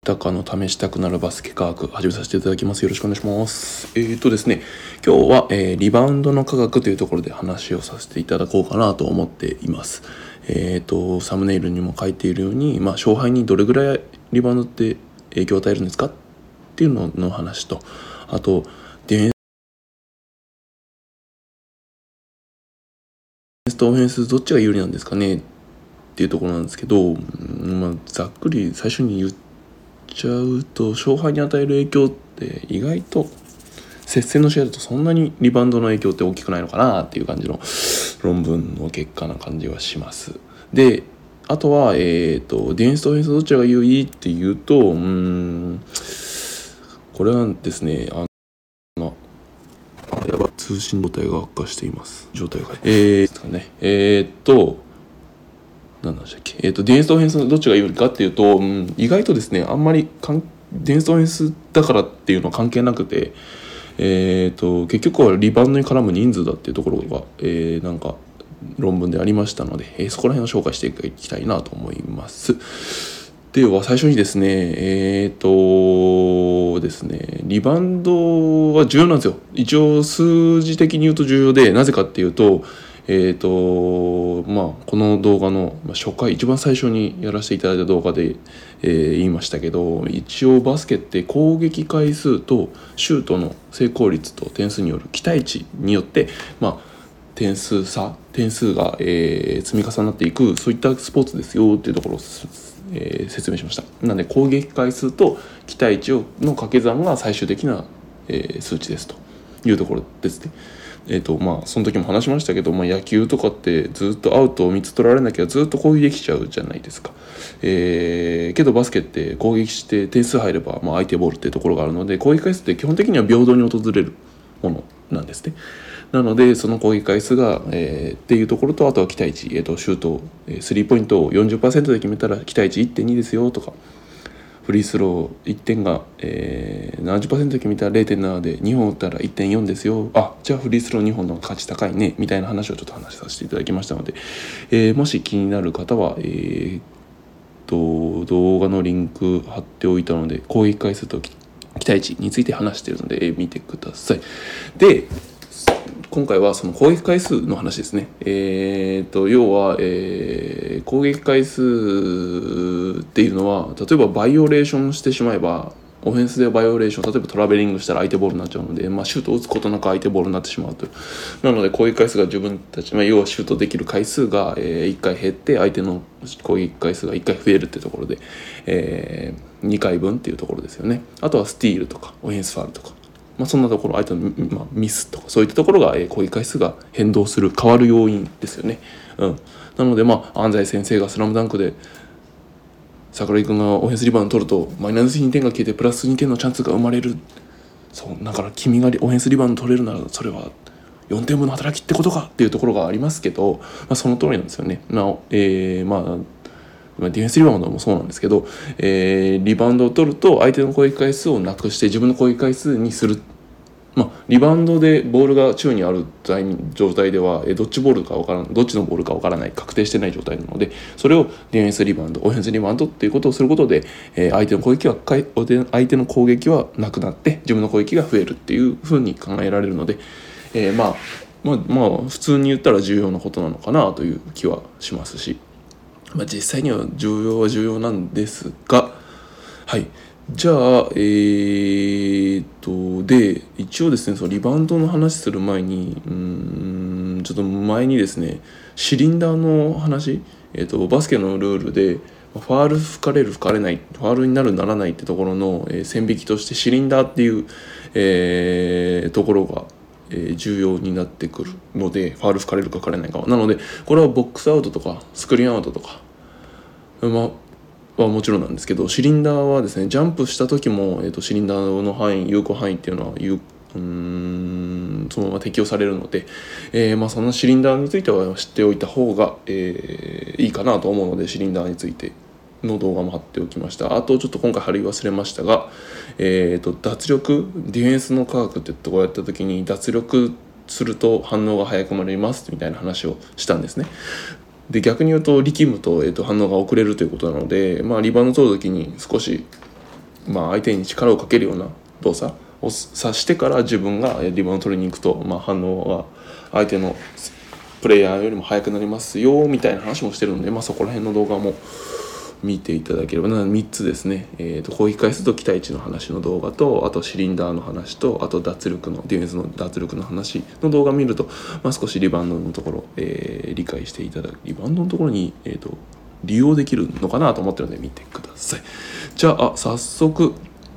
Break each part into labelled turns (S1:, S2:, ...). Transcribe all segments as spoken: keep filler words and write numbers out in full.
S1: 高の試したくなるバスケ科学始めさせていただきます。よろしくお願いします。えーとですね今日は、えー、リバウンドの科学というところで話をさせていただこうかなと思っています。えーとサムネイルにも書いているように、まあ、勝敗にどれぐらいリバウンドって影響を与えるんですかっていうのの話と、あとディフェンスとオフェンスどっちが有利なんですかねっていうところなんですけど、まあ、ざっくり最初に言っちゃうと、勝敗に与える影響って意外と接戦の試合だとそんなにリバウンドの影響って大きくないのかなっていう感じの論文の結果な感じはします。で、あとは、えーと、ディフェンスとオフェンスどちらが優位っていうと、うーんこれはですね、あのやば通信状態が悪化しています状態がえーですかねえーっと何でしたっけえーっとディフェンスとオフェンスどっちが有利かっていうと、うん、意外とですねあんまりかんディフェンスとオフェンスだからっていうのは関係なくて、えー、と結局はリバウンドに絡む人数だっていうところが、えー、なんか論文でありましたので、えー、そこら辺を紹介していきたいなと思います。では最初にですねえっ、ー、とですねリバウンドは重要なんですよ。一応数字的に言うと重要で、なぜかっていうとえーとまあ、この動画の初回一番最初にやらせていただいた動画で、えー、言いましたけど、一応バスケって攻撃回数とシュートの成功率と点数による期待値によって、まあ、点数差点数が、えー、積み重なっていく、そういったスポーツですよっていうところを、えー、説明しました。なので攻撃回数と期待値の掛け算が最終的な、えー、数値ですというところですね。えーとまあ、その時も話しましたけど、まあ、野球とかってずっとアウトをみっつ取られなきゃずっと攻撃できちゃうじゃないですか。えー、けどバスケって攻撃して点数入れば、まあ、相手ボールっていうところがあるので、攻撃回数って基本的には平等に訪れるものなんですね。なのでその攻撃回数が、えー、っていうところと、あとは期待値、えーとシュートスリーポイントを よんじゅっパーセント で決めたら期待値 いってんに ですよとか、フリースローいってんが、えー、ななじゅっパーセント で決めたら れいてんなな でにほん打ったら いってんよん ですよ。あ、じゃあフリースローにほんの価値高いねみたいな話をちょっと話させていただきましたので、えー、もし気になる方は、えー、と動画のリンク貼っておいたので、攻撃回数と期待値について話しているので、えー、見てください。で、今回はその攻撃回数の話ですね。えー、と要は、えー、攻撃回数っていうのは、例えばバイオレーションしてしまえば、オフェンスでバイオレーション、例えばトラベリングしたら相手ボールになっちゃうので、まあ、シュートを打つことなく相手ボールになってしまうという。なので攻撃回数が自分たち、まあ、要はシュートできる回数が、えー、いっかい減って、相手の攻撃回数がいっかい増えるっていうところで、えー、にかいぶんっていうところですよね。あとはスティールとかオフェンスファウルとか、まあ、そんなところ、相手の、まあ、ミスとかそういったところが、えー、攻撃回数が変動する変わる要因ですよね。うん、なので、まあ、安西先生がスラムダンクで桜井君がオフェンスリバウンド取るとマイナスにてんが消えてプラスにてんのチャンスが生まれる。そうだから君がオフェンスリバウンド取れるならそれはよんてんぶんの働きってことかっていうところがありますけど、まあ、その通りなんですよね。なお、えー、まあディフェンスリバウンドもそうなんですけど、えー、リバウンドを取ると相手の攻撃回数をなくして自分の攻撃回数にする。まあ、リバウンドでボールが宙にある状態ではどっちボールか分からない、どっちのボールか分からない、確定してない状態なので、それをディフェンスリバウンド、オフェンスリバウンドっていうことをすることで、相手の攻撃は相手の攻撃はなくなって自分の攻撃が増えるっていうふうに考えられるので、えー、まあまあまあ普通に言ったら重要なことなのかなという気はしますし、まあ、実際には重要は重要なんですが、はい。じゃあえー、っとで一応ですね、そのリバウンドの話する前にうーんちょっと前にですね、シリンダーの話、えー、っとバスケのルールでファール吹かれる吹かれない、ファールになるならないってところの、えー、線引きとしてシリンダーっていう、えー、ところが、えー、重要になってくるので、ファール吹かれるか吹かれないかは。なのでこれはボックスアウトとかスクリーンアウトとか、まあはもちろんなんですけど、シリンダーはですね、ジャンプした時も、えー、とシリンダーの範囲、有効範囲っていうのは有うーんそのまま適用されるので、えーまあ、そのシリンダーについては知っておいた方が、えーいいかなと思うので、シリンダーについての動画も貼っておきました。あとちょっと今回貼り忘れましたが、えー、と脱力ディフェンスの科学ってところをやった時に、脱力すると反応が早くなりますみたいな話をしたんですね。で逆に言うと力むと、えー、と反応が遅れるということなので、まあ、リバウンド取るときに少しまあ、相手に力をかけるような動作をさしてから自分がリバウンド取りに行くと、まあ、反応が相手のプレイヤーよりも速くなりますよみたいな話もしてるので、まあ、そこら辺の動画も見ていただければな。みっつですね、えー、と攻撃回数と期待値の話の動画と、あとシリンダーの話と、あと脱力のディフェンスの脱力の話の動画を見ると、まあ、少しリバウンドのところ、えー、理解していただく、リバウンドのところに、えー、と利用できるのかなと思ってるので見てください。じゃあ早速、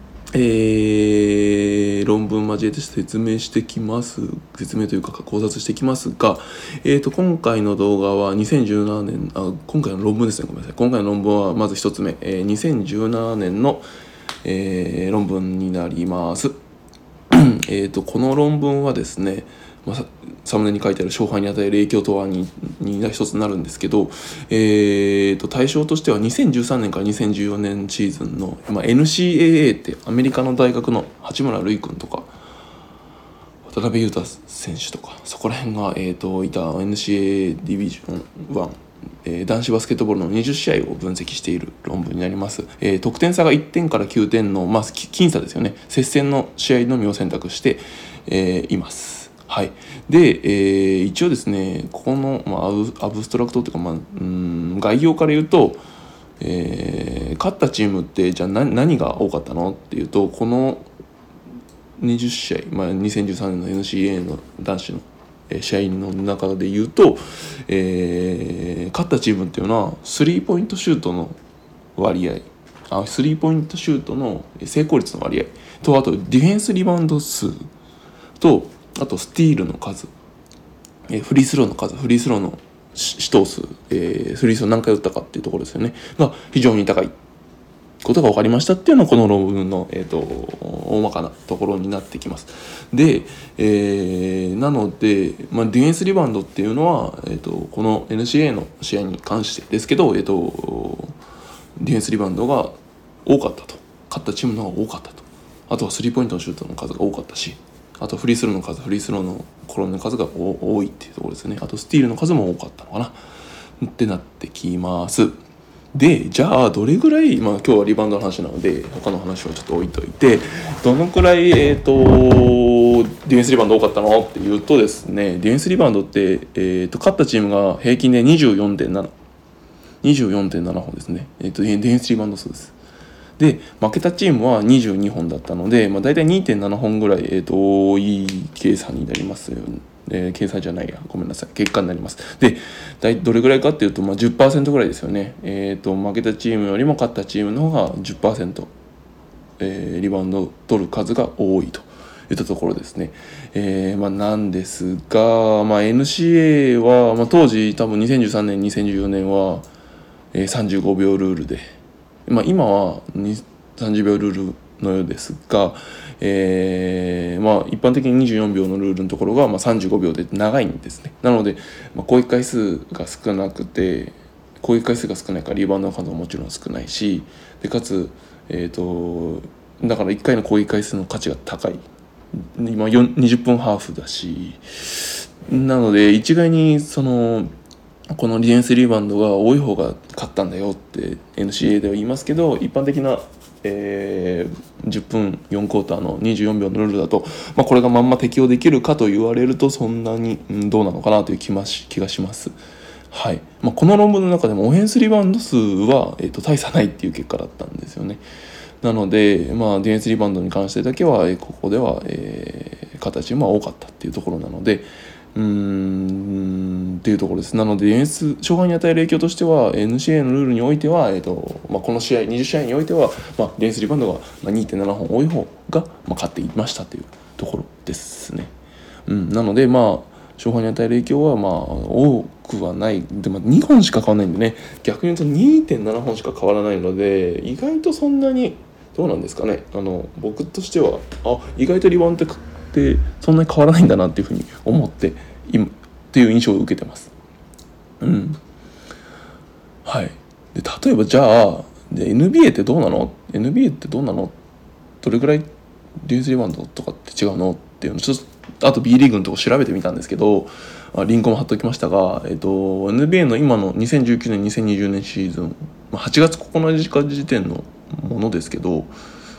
S1: えー、論文交えて説明してきます説明というか考察してきますが、えー、と今回の動画はにせんじゅうななねんあ今回の論文ですねごめんなさい今回の論文はまず一つ目、えー、にせんじゅうななねんの、えー、論文になりますえとこの論文はですね、まあ、サムネに書いてある勝敗に与える影響とはにに一つになるんですけど、えー、と対象としてはにせんじゅうさんねんからにせんじゅうよねんシーズンの、まあ、エヌシーエーエー ってアメリカの大学の八村塁君とか渡辺裕太選手とかそこら辺が、えー、といた エヌシーエーエー ディビジョンいち、えー、男子バスケットボールのにじゅっしあいを分析している論文になります、えー、得点差がいってんからきゅうてんの、まあ、僅差ですよね。接戦の試合のみを選択して、えー、います。はい、で、えー、一応ですねここの、まあ、アブ、アブストラクトというか、まあ、うん概要から言うと、えー、勝ったチームってじゃあ 何, 何が多かったのっていうと、このにじゅっしあい、まあ、にせんじゅうさんねんの エヌシーエーエー の男子の試合の中で言うと、えー、勝ったチームっていうのはスリーポイントシュートの割合あスリーポイントシュートの成功率の割合と、あとディフェンスリバウンド数と、あとスティールの数、えー、フリースローの数フリースローの試投数、えー、フリースロー何回打ったかっていうところですよねが非常に高いことが分かりましたっていうのはこの論文の、えーと、大まかなところになってきます。で、えー、なので、まあ、ディフェンスリバウンドっていうのは、えーと、この エヌシーエー の試合に関してですけど、えーと、ディフェンスリバウンドが多かったと、勝ったチームの方が多かったと、あとはスリーポイントのシュートの数が多かったし、あとフリースローの数フリースローの転んの数が多いっていうところですね。あとスティールの数も多かったのかなってなってきます。でじゃあどれぐらい、まあ、今日はリバウンドの話なので他の話はちょっと置いといて、どのくらい、えー、とディフェンスリバウンド多かったのっていうとですね、ディフェンスリバウンドって、えー、と勝ったチームが平均で にじゅうよんてんなな にじゅうよんてんななほんですね、えー、とディフェンスリバウンド数です。で負けたチームはにじゅうにほんだったので、まあ、大体 にてんななほんぐらい、えー、と多い計算になりますよね。えー、計算じゃないやごめんなさい結果になります。でどれぐらいかっていうと、まあ、じゅっパーセント ぐらいですよね。えー、と負けたチームよりも勝ったチームの方が じゅっパーセント、えー、リバウンドを取る数が多いといったところですね。えーまあ、なんですが、まあ、エヌシーエー は、まあ、当時多分にせんじゅうさんねんにせんじゅうよねんは、えー、さんじゅうごびょうルールで、まあ、今はさんじゅうびょうルールのようですが、えーまあ、一般的ににじゅうよんびょうのルールのところが、まあ、さんじゅうごびょうで長いんですね。なので、まあ、攻撃回数が少なくて攻撃回数が少ないからリバウンドの数ももちろん少ないし、でかつ、えー、とだからいっかいの攻撃回数の価値が高い。今にじゅっぷんハーフだし、なので一概にそのこのディフェンスリバウンドが多い方が勝ったんだよって エヌシーエー では言いますけど、一般的な、えー、じゅっぷんよんクォーターのにじゅうよんびょうのルールだと、まあ、これがまんま適用できるかと言われるとそんなに、うん、どうなのかなという気がします。はい、まあ、この論文の中でもオフェンスリバウンド数は、えー、と大差ないっていう結果だったんですよね。なので、まあ、ディフェンスリバウンドに関してだけはここでは、えー、勝ったチームは多かったっていうところなので、うーんっていうところです。なのでディフェンス勝敗に与える影響としては エヌシーエー のルールにおいては、えーとまあ、この試合にじゅっしあいにおいては、まあ、ディフェンスリバウンドが にてんななほん多い方が、まあ、勝っていましたというところですね。うん、なのでまあ勝敗に与える影響はまあ多くはないで、まあ、にほんしか変わらないんでね、逆に言うと にてんななほんしか変わらないので意外とそんなにどうなんですかね。あの僕としてはあ意外とリバウンドってそんなに変わらないんだなっていうふうに思って今っていう印象を受けてます。うん。はい。で例えばじゃあで エヌビーエー ってどうなの エヌビーエー ってどうなのどれぐらいディフェンスリバウンドとかって違うのっていうのちょっとあと B リーグのとこ調べてみたんですけど、リンクも貼っときましたが、えっと エヌビーエー の今のにせんじゅうきゅうねんにせんにじゅうねんシーズンはちがつここのか時点のものですけど、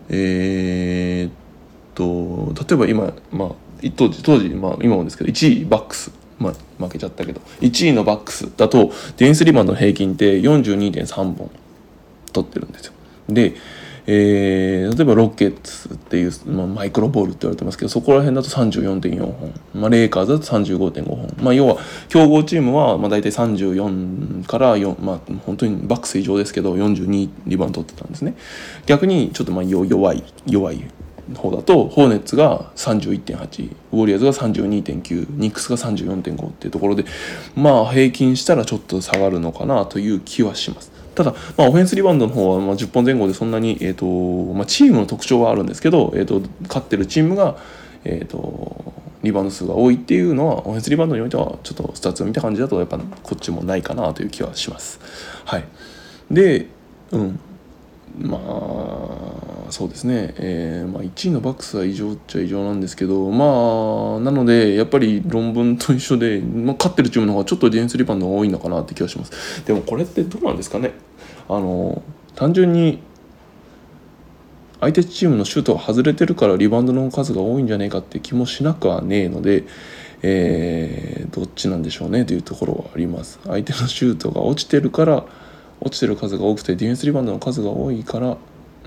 S1: えー、っと例えば今、まあ、当時当時、まあ、今もですけどいちいバックス、まあ、負けちゃったけどいちいのバックスだとディフェンスリバウンドの平均って よんじゅうにてんさん 本取ってるんですよ。で、えー、例えばロケッツっていう、まあ、マイクロボールって言われてますけど、そこら辺だと さんじゅうよんてんよん 本、まあ、レイカーズだと さんじゅうごてんご 本、まあ、要は強豪チームはまあ大体さんじゅうよんからよん、まあ本当にバックス以上ですけどよんじゅうにリバウンド取ってたんですね。逆にちょっとまあ弱い弱い方だとホーネッツが さんじゅういってんはち、ウォリアーズが さんじゅうにてんきゅう、ニックスが さんじゅうよんてんご っていうところで、まあ平均したらちょっと下がるのかなという気はします。ただ、まあ、オフェンスリバウンドの方はまあじゅっぽんぜん後でそんなに、えーとまあ、チームの特徴はあるんですけど、えーと勝ってるチームが、えーとリバウンド数が多いっていうのはオフェンスリバウンドにおいてはちょっとスタッツを見た感じだとやっぱこっちもないかなという気はします。はい、で、うんまあそうですね、えーまあ、いちいのバックスは異常っちゃ異常なんですけど、まあなのでやっぱり論文と一緒で、まあ、勝ってるチームの方がちょっとディフェンスリバウンドが多いのかなって気がします。でもこれってどうなんですかね。あの単純に相手チームのシュートが外れてるからリバウンドの数が多いんじゃねえかって気もしなくはねえので、えー、どっちなんでしょうねというところはあります。相手のシュートが落ちてるから落ちてる数が多くてディフェンスリバウンドの数が多いから、うん、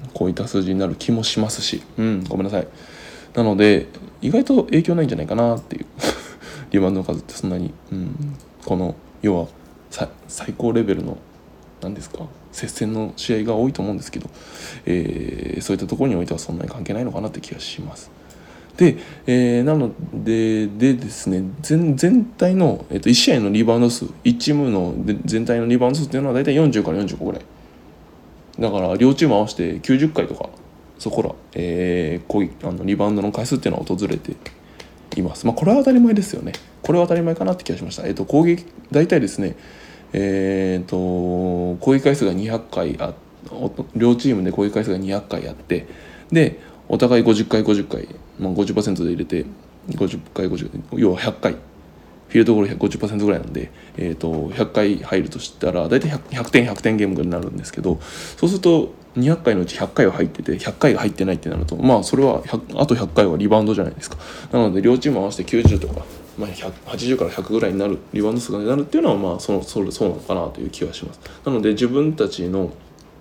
S1: こういった数字になる気もしますし、うん、ごめんなさい。なので意外と影響ないんじゃないかなっていうリバウンドの数ってそんなに、うん、この要は最高レベルの何ですか接戦の試合が多いと思うんですけど、えー、そういったところにおいてはそんなに関係ないのかなって気がします。で、えー、なのででですね 全, 全体の、えー、といち試合のリバウンド数いちチームの全体のリバウンド数っていうのは大体よんじゅうからよんじゅうごぐらいだから両チーム合わせてきゅうじゅっかいとかそこら、えー、攻撃あのリバウンドの回数っていうのは訪れています。まあこれは当たり前ですよね。これは当たり前かなって気がしました。えっ、ー、と攻撃大体ですねえー、と攻撃回数がにひゃっかいあ両チームで攻撃回数がにひゃっかいあってでお互いごじゅっかいごじゅっかい、まあ、ごじゅっパーセント で入れてごじゅっかいごじゅう要はひゃっかいフィールドゴール ごじゅっパーセント ぐらいなんで、えー、とひゃっかい入るとしたら大体 ひゃく, ひゃくてんひゃくてんゲームぐらいになるんですけど、そうするとにひゃっかいのうちひゃっかいは入っててひゃっかいが入ってないってなるとまあそれはあとひゃっかいはリバウンドじゃないですか。なので両チーム合わせてきゅうじゅうとかまあ、はちじゅうからひゃくぐらいになるリバウンド数がなるっていうのはまあそのそれそうなのかなという気がします。なので自分たちの、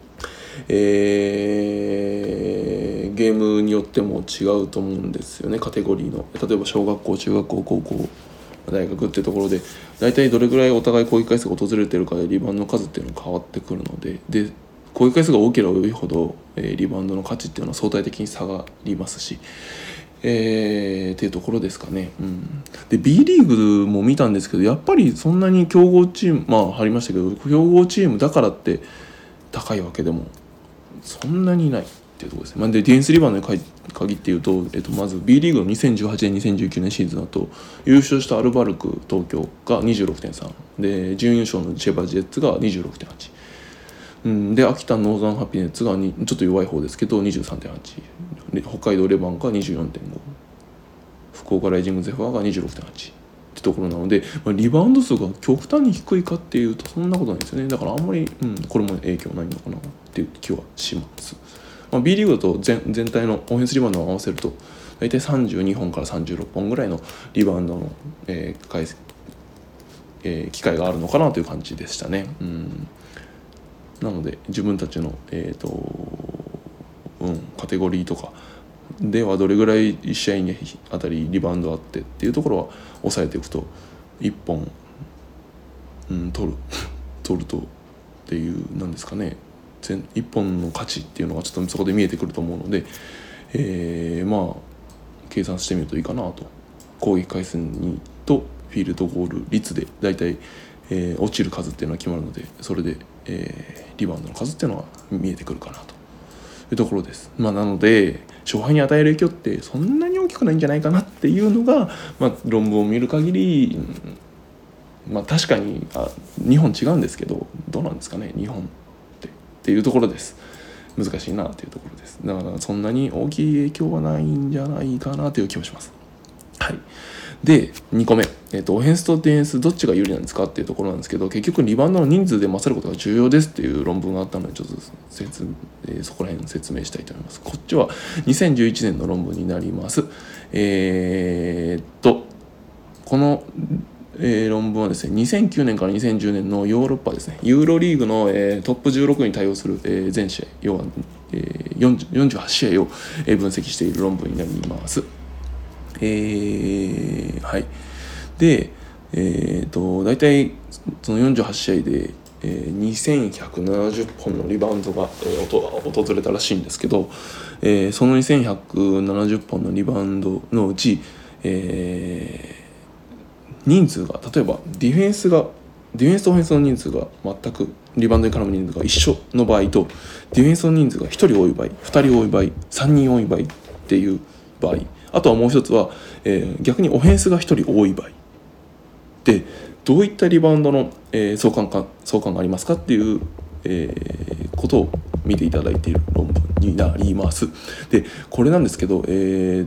S1: えー、ゲームによっても違うと思うんですよね。カテゴリーの例えば小学校中学校高校大学っていうところで大体どれぐらいお互い攻撃回数が訪れてるかでリバウンドの数っていうのが変わってくるのでで攻撃回数が多ければ多いほど、えー、リバウンドの価値っていうのは相対的に下がりますしえー、っていうところですかね、うん、で B リーグも見たんですけどやっぱりそんなに強豪チームまあありましたけど強豪チームだからって高いわけでもそんなにないっていうところですね。まあ、でディフェンスリバウンドに限って言うと、えっと、まず B リーグのにせんじゅうはちねんにせんじゅうきゅうねんシーズンだと優勝したアルバルク東京が にじゅうろくてんさん で準優勝の千葉ジェッツが にじゅうろくてんはち、うん、で秋田ノーザンハピネッツがにちょっと弱い方ですけど にじゅうさんてんはち、北海道レバンが にじゅうよんてんご、 福岡ライジングゼファーが にじゅうろくてんはちってところなので、まあ、リバウンド数が極端に低いかっていうとそんなことないですよね。だからあんまり、うん、これも影響ないのかなっていう気はします。まあ、B リーグだと 全, 全体のオフェンスリバウンドを合わせると大体さんじゅうにほんからさんじゅうろっぽんぐらいのリバウンドの、えー回えー、機会があるのかなという感じでしたね。うんなので自分たちの、えーとうん、カテゴリーとかではどれぐらいいち試合にあたりリバウンドあってっていうところは抑えていくといっぽん、うん、取る取るとっていうなんですかねいっぽんの価値っていうのがちょっとそこで見えてくると思うので、えー、まあ計算してみるといいかなと。攻撃回数にとフィールドゴール率でだいたい、えー、落ちる数っていうのは決まるのでそれで、えー、リバウンドの数っていうのは見えてくるかなというところです。まあ、なので勝敗に与える影響ってそんなに大きくないんじゃないかなっていうのが、まあ、論文を見る限り、まあ、確かにあ日本違うんですけどどうなんですかね日本ってっていうところです。難しいなというところです。だからそんなに大きい影響はないんじゃないかなという気もします。はい。 でにこめ、えーと、オフェンスとディフェンスどっちが有利なんですかっていうところなんですけど、結局リバウンドの人数で勝ることが重要ですっていう論文があったので、ちょっと説、えー、そこら辺説明したいと思います。こっちはにせんじゅういちねんの論文になります。えー、っとこの、えー、論文はですねにせんきゅうねんからにせんじゅうねんのヨーロッパですね、ユーロリーグの、えー、トップじゅうろくに対応する、えー、全試合、要は、えー、よんじゅうはち試合を、えー、分析している論文になります。えー、はい。で、えー、と大体そのよんじゅうはち試合で、えー、にせんひゃくななじゅっぽんのリバウンドが、えー、訪れたらしいんですけど、えー、そのにせんひゃくななじゅっぽんのリバウンドのうち、えー、人数が例えばディフェンスがディフェンスとオフェンスの人数が全くリバウンドに絡む人数が一緒の場合と、ディフェンスの人数がひとり多い場合、ふたり多い場合、さんにん多い場合っていう場合、あとはもう一つは、えー、逆にオフェンスがひとり多い場合でどういったリバウンドの、えー、相関か相関がありますかっていう、えー、ことを見ていただいている論文になります。でこれなんですけど、えー、っ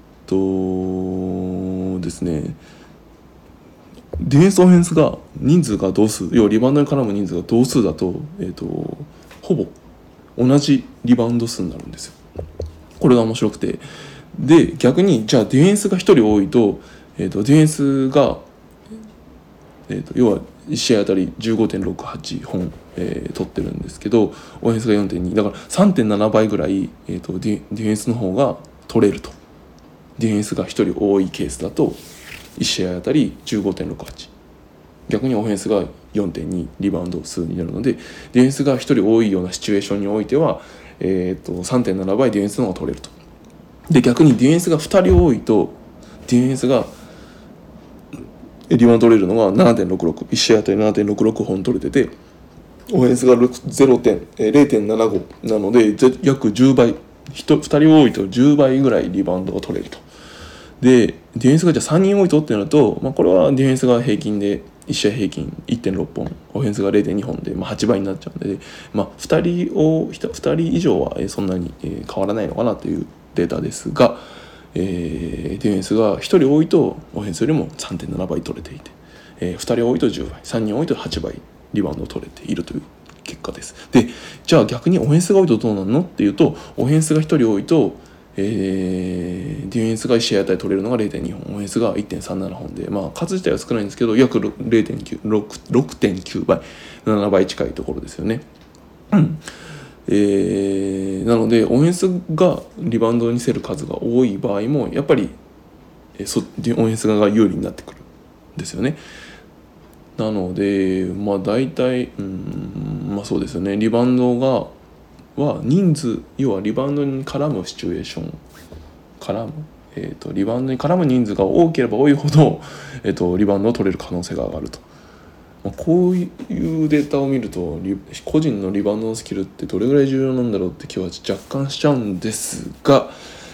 S1: とですねディフェンスオフェンスが人数が同数、要はリバウンドに絡む人数が同数だと、えー、っとほぼ同じリバウンド数になるんですよ。これが面白くて、で逆にじゃあディフェンスがひとり多いと、えー、とディフェンスが、えー、と要はいち試合あたり じゅうごてんろくはち 本、えー、取ってるんですけど、オフェンスが よんてんに だから さんてんなな 倍ぐらい、えー、とディ、ディフェンスの方が取れると。ディフェンスがひとり多いケースだといち試合あたり じゅうごてんろくはち、逆にオフェンスが よんてんに リバウンド数になるので、ディフェンスがひとり多いようなシチュエーションにおいては、えー、と さんてんなな 倍ディフェンスの方が取れると。で逆にディフェンスがふたり多いと、ディフェンスがリバウンド取れるのが ななてんろくろく、いち試合あたり ななてんろくろく 本取れてて、オフェンスがゼロてん、えー、れいてんななご なので約じゅうばい、ふたり多いとじゅうばいぐらいリバウンドが取れると。でディフェンスがじゃあさんにん多いとってなると、まあ、これはディフェンスが平均でいち試合平均 いってんろっぽん、オフェンスが れいてんに 本で、まあ、はちばいになっちゃうので、まあ、ふたりをふたり以上はそんなに変わらないのかなというデータですが、えー、ディフェンスがひとり多いとオフェンスよりも さんてんなな 倍取れていて、えー、ふたり多いとじゅうばい、さんにん多いとはちばいリバウンドを取れているという結果です。でじゃあ逆にオフェンスが多いとどうなるのっていうと、オフェンスがひとり多いと、えー、ディフェンスがいち試合あたり取れるのが れいてんに 本、オフェンスが いってんさんなな 本で、まあ数自体は少ないんですけど約 れいてんきゅう、ろくてんきゅう 倍、ななばい近いところですよね。うんえー、なのでオフェンスがリバウンドにせる数が多い場合もやっぱりそオフェンス側が有利になってくるんですよね。なのでまあ大体うんまあそうですよね、リバウンドがは人数、要はリバウンドに絡むシチュエーション絡む、えー、とリバウンドに絡む人数が多ければ多いほど、えー、とリバウンドを取れる可能性が上がると。まあ、こういうデータを見ると個人のリバウンドのスキルってどれぐらい重要なんだろうって気は若干しちゃうんですが、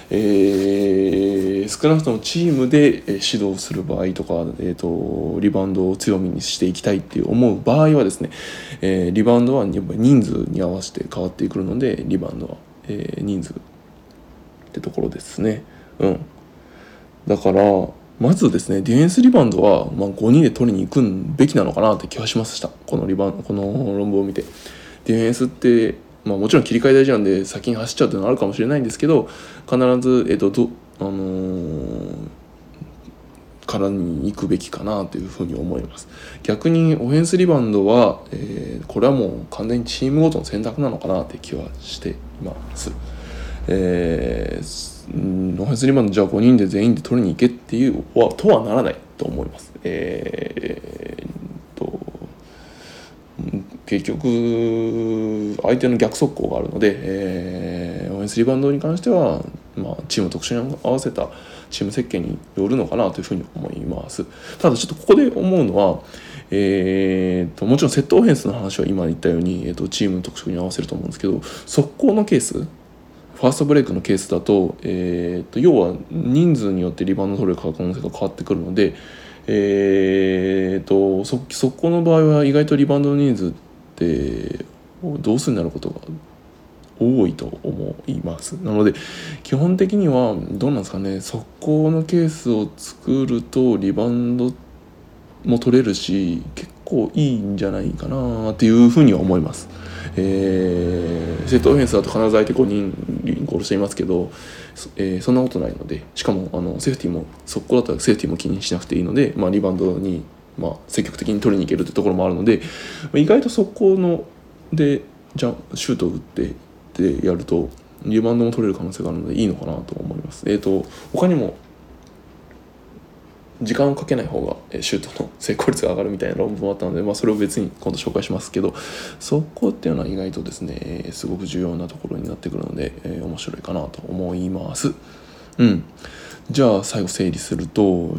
S1: えー、少なくともチームで指導する場合とか、えー、とリバウンドを強みにしていきたいって思う場合はですね、えー、リバウンドはやっぱり人数に合わせて変わってくるので、リバウンドは、えー、人数ってところですね。うんだからまずですね、ディフェンスリバウンドは、まあ、ごにんで取りに行くべきなのかなって気がしました。このリバウンドこの論文を見て。ディフェンスって、まあ、もちろん切り替え大事なんで先に走っちゃうっていうのはあるかもしれないんですけど、必ず、えっとどあのー、からに行くべきかなというふうに思います。逆にオフェンスリバウンドは、えー、これはもう完全にチームごとの選択なのかなって気はしています。えーオフェンスリバウンドじゃあごにんで全員で取りに行けっていうはとはならないと思います。えー、と結局相手の逆速攻があるので、えー、オフェンスリバウンドに関しては、まあ、チーム特殊に合わせたチーム設計によるのかなというふうに思います。ただちょっとここで思うのは、えー、ともちろんセットオフェンスの話は今言ったように、えー、とチームの特色に合わせると思うんですけど、速攻のケースファーストブレイクのケースだと、えー、と要は人数によってリバウンド取れる可能性が変わってくるので、えー、と速攻の場合は意外とリバウンドの人数って同数になることが多いと思います。なので基本的にはどうなんですかね、速攻のケースを作るとリバウンドも取れるし結構いいんじゃないかなっていうふうには思います。えー、セットオフェンスだと必ず相手ごにんゴールしていますけど、えー、そんなことないので、しかもあのセーフティーも速攻だったらセーフティーも気にしなくていいので、まあ、リバウンドに、まあ、積極的に取りに行けるというところもあるので、意外と速攻のでじゃあシュートを打ってでやるとリバウンドも取れる可能性があるのでいいのかなと思います。えーと他にも時間をかけない方がシュートの成功率が上がるみたいな論文もあったので、まあ、それを別に今度紹介しますけど、速攻っていうのは意外とですねすごく重要なところになってくるので、えー、面白いかなと思います。うん、じゃあ最後整理すると、うん、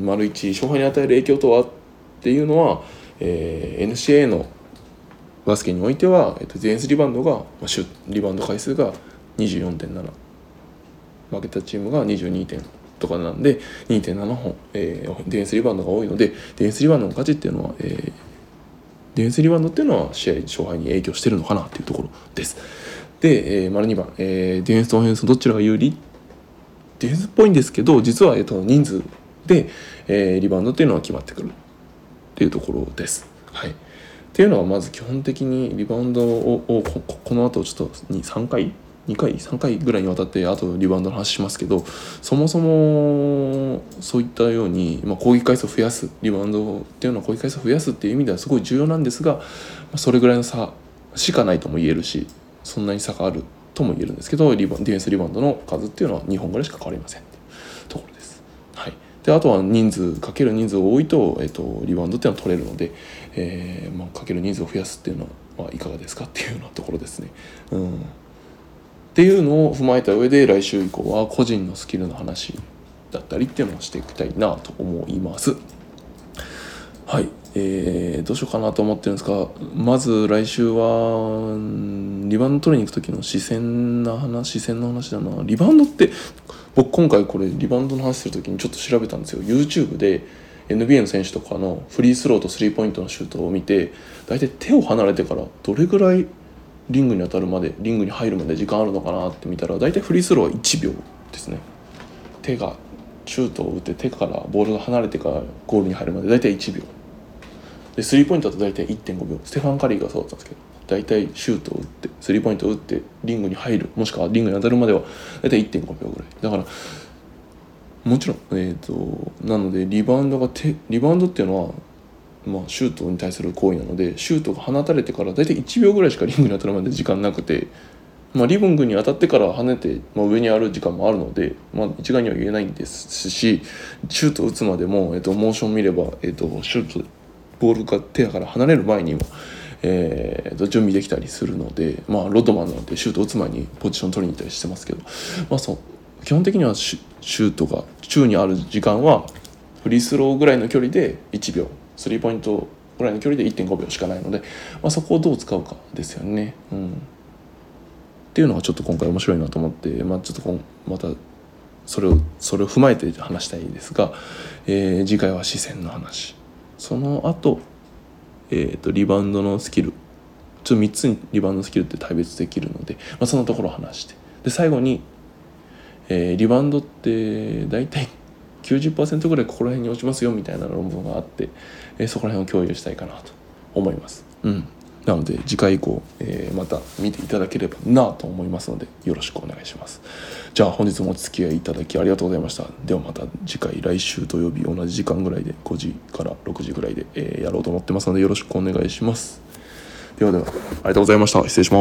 S1: 丸一勝敗に与える影響とはっていうのは、えー、エヌシーエー のバスケにおいては、えっと、ディフェンスリバウンドがシュリバウンド回数が にじゅうよんてんなな、負けたチームがにじゅうにてんとかなんで にてんなな 本、えー、ディフェンスリバウンドが多いので、ディフェンスリバウンドの勝ちっていうのは、えー、ディフェンスリバウンドっていうのは試合勝敗に影響してるのかなっていうところです。で、えー、丸にばん、えー、ディフェンスとオフェンスどちらが有利、ディフェンスっぽいんですけど実は、えー、と人数で、えー、リバウンドっていうのは決まってくるっていうところです。はい。っていうのはまず基本的にリバウンドを こ, この後ちょっとさんかいにかいさんかいぐらいにわたってあとリバウンドの話しますけど、そもそもそういったように、まあ、攻撃回数を増やす、リバウンドっていうのは攻撃回数を増やすっていう意味ではすごい重要なんですが、それぐらいの差しかないとも言えるし、そんなに差があるとも言えるんですけど、リバディフェンスリバウンドの数っていうのはにほんぐらいしか変わりませんっていうところです。はい。であとは人数かける人数が多いと、えっと、リバウンドっていうのは取れるので、えーまあ、かける人数を増やすっていうのは、まあ、いかがですかっていうようなところですね。うんっていうのを踏まえた上で来週以降は個人のスキルの話だったりっていうのをしていきたいなと思います。はい、えー、どうしようかなと思ってるんですが、まず来週はリバウンド取りに行く時の視線の話視線の話だな。リバウンドって僕今回これリバウンドの話する時にちょっと調べたんですよ。 YouTube で エヌビーエー の選手とかのフリースローとスリーポイントのシュートを見て、大体手を離れてからどれぐらいリングに当たるまでリングに入るまで時間あるのかなって見たら、大体フリースローはいちびょうですね。手がシュートを打って手からボールが離れてからゴールに入るまで大体いちびょうで、スリーポイントだと大体 いってんごびょう、ステファン・カリーがそうだったんですけど、大体シュートを打ってスリーポイントを打ってリングに入る、もしくはリングに当たるまでは大体 いってんごびょうぐらいだから、もちろん、えーと、なのでリバウンドが手リバウンドっていうのはまあ、シュートに対する行為なので、シュートが放たれてから大体いちびょうぐらいしかリングに当たるまで時間なくて、まあ、リングに当たってから跳ねて、まあ、上にある時間もあるので、まあ、一概には言えないんですし、シュートを打つまでも、えっと、モーション見れば、えっと、シュートボールが手から離れる前にも、えー、と準備できたりするので、まあ、ロッドマンなのでシュート打つ前にポジション取りに行ったりしてますけど、まあ、そう基本的にはシュ、シュートが宙にある時間はフリースローぐらいの距離でいちびょう、スリーポイントぐらいの距離で いってんごびょうしかないので、まあ、そこをどう使うかですよね。うん、っていうのがちょっと今回面白いなと思って、まあ、ちょっとこまたそれをそれを踏まえて話したいですが、えー、次回は視線の話、その後、えーとリバウンドのスキル、ちょっとみっつにリバウンドのスキルって大別できるので、まあ、そのところを話して、で最後に、えー、リバウンドって大体きゅうじゅっパーセント ぐらいここら辺に落ちますよみたいな論文があって、えー、そこら辺を共有したいかなと思います。うん、なので次回以降、えー、また見ていただければなと思いますのでよろしくお願いします。じゃあ本日もお付き合いいただきありがとうございました。ではまた次回来週土曜日同じ時間ぐらいでごじからろくじぐらいで、えー、やろうと思ってますのでよろしくお願いします。ではではありがとうございました。失礼します。